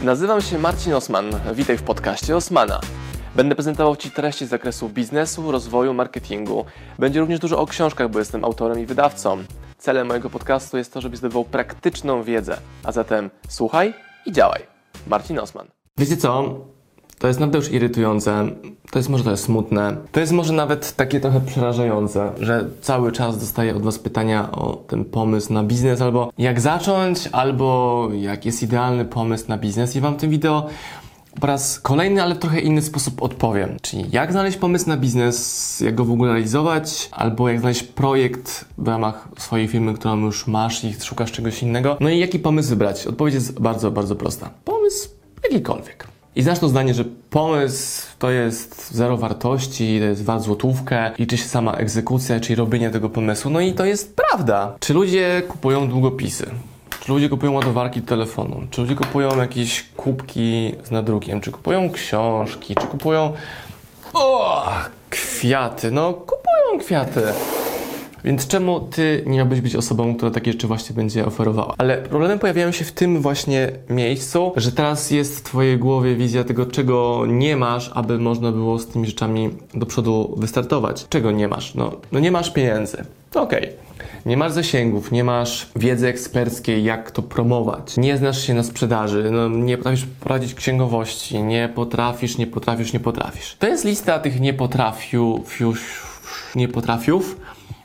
Nazywam się Marcin Osman. Witaj w podcaście Osmana. Będę prezentował Ci treści z zakresu biznesu, rozwoju, marketingu. Będzie również dużo o książkach, bo jestem autorem i wydawcą. Celem mojego podcastu jest to, żebyś zdobywał praktyczną wiedzę. A zatem słuchaj i działaj. Marcin Osman. Wiecie co? To jest naprawdę już irytujące. To jest może smutne. To jest może nawet takie trochę przerażające, że cały czas dostaję od Was pytania o ten pomysł na biznes, albo jak zacząć, albo jaki jest idealny pomysł na biznes. I Wam w tym wideo po raz kolejny, ale w trochę inny sposób odpowiem. Czyli jak znaleźć pomysł na biznes, jak go w ogóle realizować, albo jak znaleźć projekt w ramach swojej firmy, którą już masz i szukasz czegoś innego. No i jaki pomysł wybrać? Odpowiedź jest bardzo, bardzo prosta. Pomysł jakikolwiek. I znasz to zdanie, że pomysł to jest zero wartości, to jest wart złotówkę, liczy się sama egzekucja, czyli robienie tego pomysłu. No i to jest prawda. Czy ludzie kupują długopisy? Czy ludzie kupują ładowarki do telefonu? Czy ludzie kupują jakieś kubki z nadrukiem? Czy kupują książki? Czy kupują kwiaty? No kupują kwiaty. Więc czemu Ty nie miałbyś być osobą, która takie rzeczy właśnie będzie oferowała? Ale problemy pojawiają się w tym właśnie miejscu, że teraz jest w Twojej głowie wizja tego, czego nie masz, aby można było z tymi rzeczami do przodu wystartować. Czego nie masz? No nie masz pieniędzy. Okej. Nie masz zasięgów, nie masz wiedzy eksperckiej, jak to promować. Nie znasz się na sprzedaży, nie potrafisz prowadzić księgowości, nie potrafisz. To jest lista tych nie potrafiów,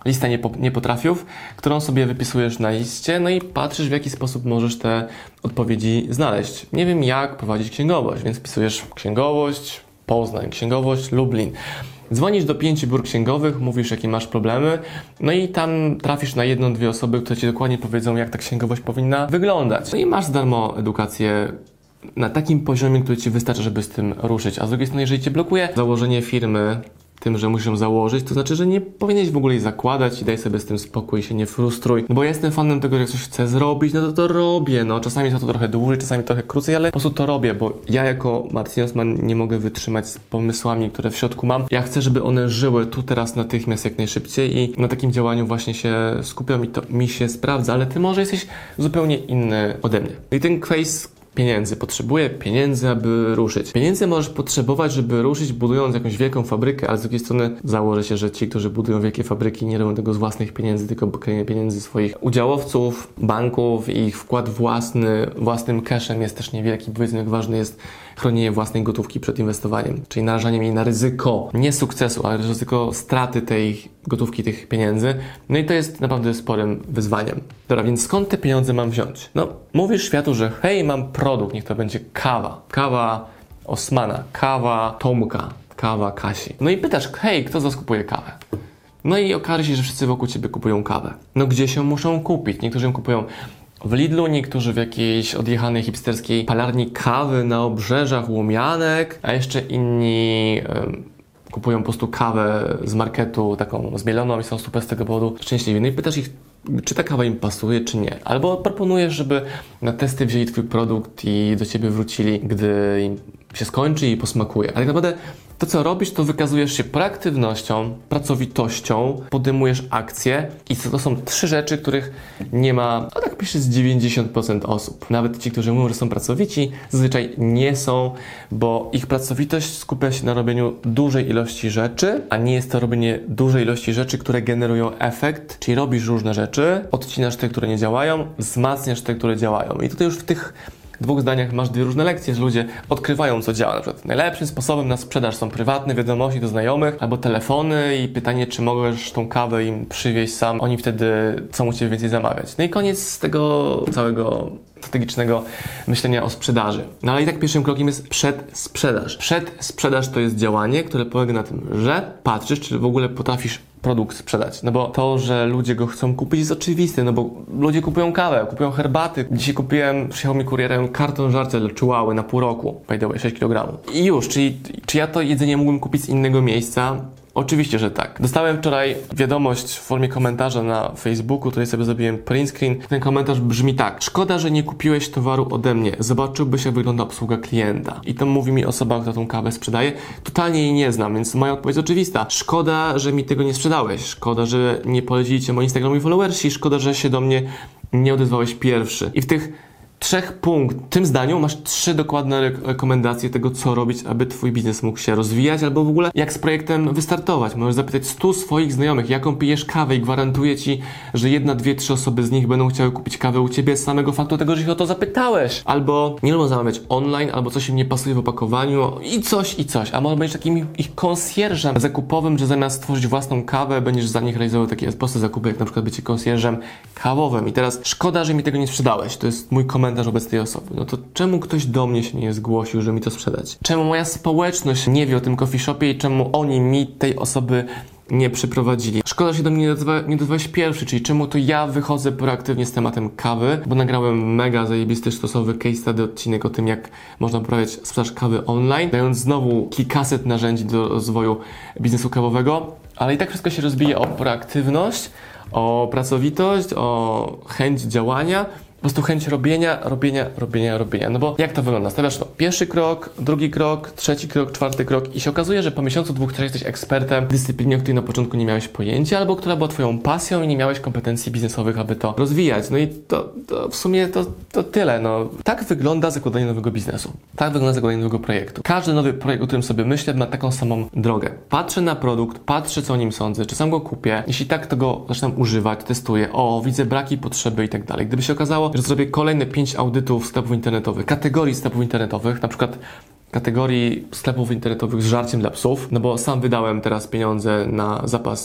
którą sobie wypisujesz na liście, no i patrzysz, w jaki sposób możesz te odpowiedzi znaleźć. Nie wiem, jak prowadzić księgowość, więc wpisujesz księgowość, Poznań, księgowość, Lublin. Dzwonisz do 5 biur księgowych, mówisz, jakie masz problemy, no i tam trafisz na 1-2 osoby, które Ci dokładnie powiedzą, jak ta księgowość powinna wyglądać. No i masz za darmo edukację na takim poziomie, który Ci wystarczy, żeby z tym ruszyć. A z drugiej strony, jeżeli Cię blokuje założenie firmy tym, że musisz ją założyć, to znaczy, że nie powinieneś w ogóle jej zakładać i daj sobie z tym spokój i się nie frustruj. No bo ja jestem fanem tego, że jak coś chcę zrobić, no to robię. No czasami trwa to trochę dłużej, czasami trochę krócej, ale po prostu to robię, bo ja jako Marcin Osman nie mogę wytrzymać z pomysłami, które w środku mam. Ja chcę, żeby one żyły tu, teraz, natychmiast, jak najszybciej i na takim działaniu właśnie się skupiam i to mi się sprawdza, ale Ty może jesteś zupełnie inny ode mnie. I ten case pieniędzy. Potrzebuję pieniędzy, aby ruszyć. Pieniędzy możesz potrzebować, żeby ruszyć, budując jakąś wielką fabrykę, ale z drugiej strony założę się, że ci, którzy budują wielkie fabryki, nie robią tego z własnych pieniędzy, tylko pieniędzy swoich udziałowców, banków i ich wkład własnym cashem jest też niewielki. Powiedzmy, jak ważne jest chronienie własnej gotówki przed inwestowaniem, czyli narażaniem jej na ryzyko, nie sukcesu, ale ryzyko straty tej gotówki, tych pieniędzy. No i to jest naprawdę sporym wyzwaniem. Dobra, więc skąd te pieniądze mam wziąć? No, mówisz światu, że hej, mam produkt, niech to będzie kawa. Kawa Osmana, kawa Tomka, kawa Kasi. No i pytasz, hej, kto z was kupuje kawę? No i okaże się, że wszyscy wokół Ciebie kupują kawę. No gdzie się muszą kupić? Niektórzy ją kupują w Lidlu, niektórzy w jakiejś odjechanej hipsterskiej palarni kawy na obrzeżach Łomianek, a jeszcze inni kupują po prostu kawę z marketu, taką zmieloną i są super z tego powodu szczęśliwi. No i pytasz ich, czy ta kawa im pasuje, czy nie. Albo proponujesz, żeby na testy wzięli Twój produkt i do Ciebie wrócili, gdy im się skończy i posmakuje. Ale tak naprawdę to, co robisz, to wykazujesz się proaktywnością, pracowitością, podejmujesz akcje i to są 3 rzeczy, których nie ma, a tak pisze, z 90% osób. Nawet ci, którzy mówią, że są pracowici, zazwyczaj nie są, bo ich pracowitość skupia się na robieniu dużej ilości rzeczy, a nie jest to robienie dużej ilości rzeczy, które generują efekt, czyli robisz różne rzeczy, odcinasz te, które nie działają, wzmacniasz te, które działają. I tutaj już w tych 2 zdaniach masz 2 różne lekcje, że ludzie odkrywają, co działa. Na przykład najlepszym sposobem na sprzedaż są prywatne wiadomości do znajomych albo telefony i pytanie, czy możesz tą kawę im przywieźć sam. Oni wtedy chcą u Ciebie więcej zamawiać. No i koniec tego całego strategicznego myślenia o sprzedaży. No ale i tak pierwszym krokiem jest przedsprzedaż. Przedsprzedaż to jest działanie, które polega na tym, że patrzysz, czy w ogóle potrafisz produkt sprzedać. No bo to, że ludzie go chcą kupić, jest oczywiste, no bo ludzie kupują kawę, kupują herbaty. Dzisiaj przyjechał mi kurierem karton żarcia dla Chihuahui na pół roku, by the way, 6 kg. I już, czyli czy ja to jedzenie mógłbym kupić z innego miejsca? Oczywiście, że tak. Dostałem wczoraj wiadomość w formie komentarza na Facebooku, tutaj sobie zrobiłem print screen. Ten komentarz brzmi tak: szkoda, że nie kupiłeś towaru ode mnie. Zobaczyłbyś, jak wygląda obsługa klienta. I to mówi mi osoba, która tą kawę sprzedaje. Totalnie jej nie znam, więc moja odpowiedź jest oczywista. Szkoda, że mi tego nie sprzedałeś. Szkoda, że nie polecili Cię moi Instagramowi followersi. Szkoda, że się do mnie nie odezwałeś pierwszy. I w tych tym zdaniu masz 3 dokładne rekomendacje tego, co robić, aby twój biznes mógł się rozwijać, albo w ogóle jak z projektem wystartować. Możesz zapytać 100 swoich znajomych, jaką pijesz kawę i gwarantuję ci, że 1, 2, 3 osoby z nich będą chciały kupić kawę u ciebie z samego faktu tego, że ich o to zapytałeś. Albo nie lubią zamawiać online, albo coś im nie pasuje w opakowaniu i coś. A może będziesz takim ich konsjerżem zakupowym, że zamiast stworzyć własną kawę, będziesz za nich realizował takie proste zakupy, jak na przykład bycie konsjerżem kawowym. I teraz szkoda, że mi tego nie sprzedałeś. To jest mój komentarz wobec tej osoby. No to czemu ktoś do mnie się nie zgłosił, żeby mi to sprzedać? Czemu moja społeczność nie wie o tym coffee shopie i czemu oni mi tej osoby nie przyprowadzili? Szkoda, że się do mnie nie dozwałeś pierwszy, czyli czemu to ja wychodzę proaktywnie z tematem kawy, bo nagrałem mega zajebisty, stosowy case study odcinek o tym, jak można poprawiać sprzedaż kawy online, dając znowu kilkaset narzędzi do rozwoju biznesu kawowego, ale i tak wszystko się rozbije o proaktywność, o pracowitość, o chęć działania, po prostu chęć robienia. No bo jak to wygląda? Stawiasz to pierwszy krok, drugi krok, trzeci krok, czwarty krok i się okazuje, że po miesiącu, 2, 3 jesteś ekspertem w dyscyplinie, o której na początku nie miałeś pojęcia, albo która była twoją pasją i nie miałeś kompetencji biznesowych, aby to rozwijać. No i to w sumie to tyle. No. Tak wygląda zakładanie nowego biznesu. Tak wygląda zakładanie nowego projektu. Każdy nowy projekt, o którym sobie myślę, ma taką samą drogę. Patrzę na produkt, patrzę, co o nim sądzę, czy sam go kupię. Jeśli tak, to go zaczynam używać, testuję. Widzę braki, potrzeby i tak dalej. Gdyby się okazało, że zrobię kolejne 5 audytów sklepów internetowych, kategorii sklepów internetowych, na przykład kategorii sklepów internetowych z żarciem dla psów, no bo sam wydałem teraz pieniądze na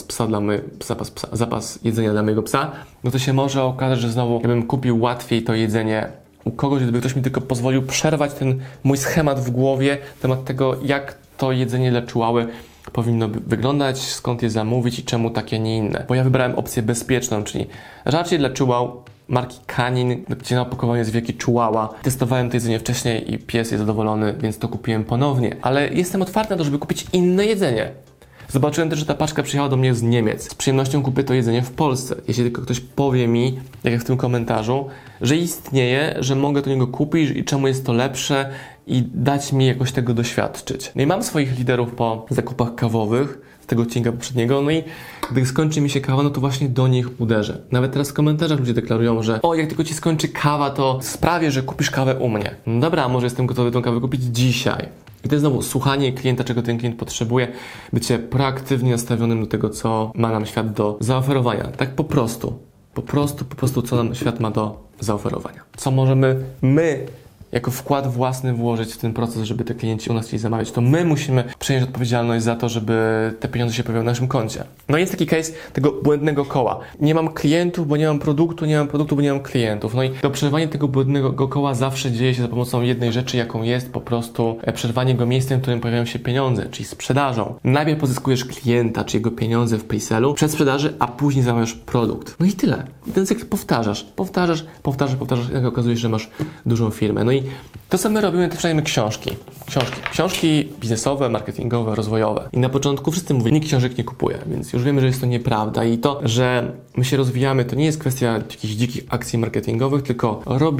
zapas jedzenia dla mojego psa, no to się może okazać, że znowu ja bym kupił łatwiej to jedzenie u kogoś, gdyby ktoś mi tylko pozwolił przerwać ten mój schemat w głowie, temat tego, jak to jedzenie dla czułały powinno wyglądać, skąd je zamówić i czemu takie, nie inne. Bo ja wybrałem opcję bezpieczną, czyli żarcie dla czułał marki Canin, gdzie na opakowaniu jest wielki Chihuahua. Testowałem to jedzenie wcześniej i pies jest zadowolony, więc to kupiłem ponownie. Ale jestem otwarty na to, żeby kupić inne jedzenie. Zobaczyłem też, że ta paczka przyjechała do mnie z Niemiec. Z przyjemnością kupię to jedzenie w Polsce. Jeśli tylko ktoś powie mi, tak jak w tym komentarzu, że istnieje, że mogę do niego kupić i czemu jest to lepsze i dać mi jakoś tego doświadczyć. No i mam swoich liderów po zakupach kawowych z tego odcinka poprzedniego, no i gdy skończy mi się kawa, no to właśnie do nich uderzę. Nawet teraz w komentarzach ludzie deklarują, że jak tylko ci skończy kawa, to sprawię, że kupisz kawę u mnie. No dobra, a może jestem gotowy tą kawę kupić dzisiaj. I to jest znowu słuchanie klienta, czego ten klient potrzebuje, bycie proaktywnie nastawionym do tego, co ma nam świat do zaoferowania. Tak po prostu, co nam świat ma do zaoferowania. Co możemy my jako wkład własny włożyć w ten proces, żeby te klienci u nas chcieli zamawiać, to my musimy przejąć odpowiedzialność za to, żeby te pieniądze się pojawiły na naszym koncie. No jest taki case tego błędnego koła. Nie mam klientów, bo nie mam produktu, bo nie mam klientów. No i to przerwanie tego błędnego koła zawsze dzieje się za pomocą jednej rzeczy, jaką jest po prostu przerwanie go miejscem, w którym pojawiają się pieniądze, czyli sprzedażą. Najpierw pozyskujesz klienta, czy jego pieniądze w pre-sellu, przed sprzedaży, a później zamawiasz produkt. No i tyle. I ten cykl powtarzasz, jak okazuje się, że masz dużą firmę. No i to, co my robimy, to przynajmniej książki biznesowe, marketingowe, rozwojowe. I na początku wszyscy mówią, nikt książek nie kupuje, więc już wiemy, że jest to nieprawda i to, że my się rozwijamy, to nie jest kwestia jakichś dzikich akcji marketingowych, tylko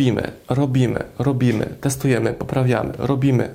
robimy, testujemy, poprawiamy, robimy.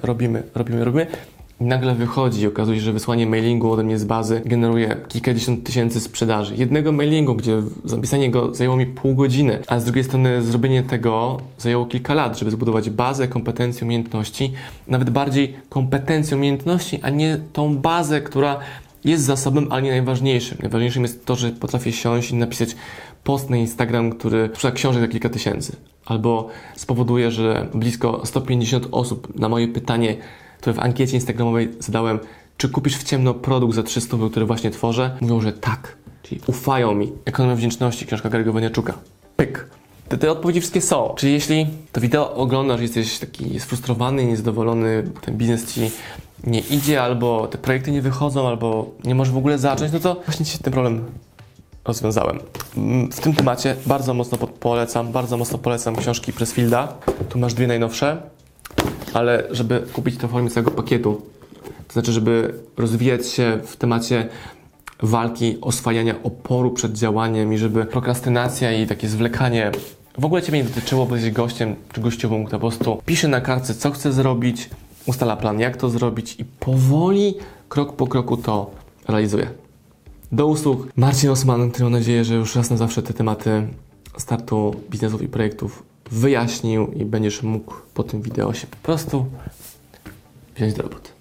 I nagle wychodzi i okazuje się, że wysłanie mailingu ode mnie z bazy generuje kilkadziesiąt tysięcy sprzedaży. Jednego mailingu, gdzie zapisanie go zajęło mi pół godziny, a z drugiej strony zrobienie tego zajęło kilka lat, żeby zbudować bazę kompetencji, umiejętności, nawet bardziej kompetencją, umiejętności, a nie tą bazę, która jest zasobem, ale nie najważniejszym. Najważniejszym jest to, że potrafię siąść i napisać post na Instagram, który sprzeda książek za kilka tysięcy. Albo spowoduje, że blisko 150 osób na moje pytanie, które w ankiecie instagramowej zadałem, czy kupisz w ciemno produkt za 300, który właśnie tworzę, mówią, że tak. Czyli ufają mi. Ekonomia wdzięczności, książka Gary'ego Vaynerchuka. Pyk. Te odpowiedzi wszystkie są. Czyli jeśli to wideo oglądasz, jesteś taki sfrustrowany, niezadowolony, ten biznes ci nie idzie, albo te projekty nie wychodzą, albo nie możesz w ogóle zacząć, no to właśnie ci ten problem rozwiązałem. W tym temacie bardzo mocno polecam książki Pressfielda. Tu masz 2 najnowsze. Ale żeby kupić to w formie całego pakietu, to znaczy, żeby rozwijać się w temacie walki, oswajania oporu przed działaniem i żeby prokrastynacja i takie zwlekanie w ogóle Ciebie nie dotyczyło, bo jesteś gościem czy gościową, która po prostu pisze na kartce, co chce zrobić, ustala plan, jak to zrobić i powoli, krok po kroku to realizuje. Do usług Marcin Osman, który mam nadzieję, że już raz na zawsze te tematy startu biznesów i projektów wyjaśnił i będziesz mógł po tym wideo się po prostu wziąć do roboty.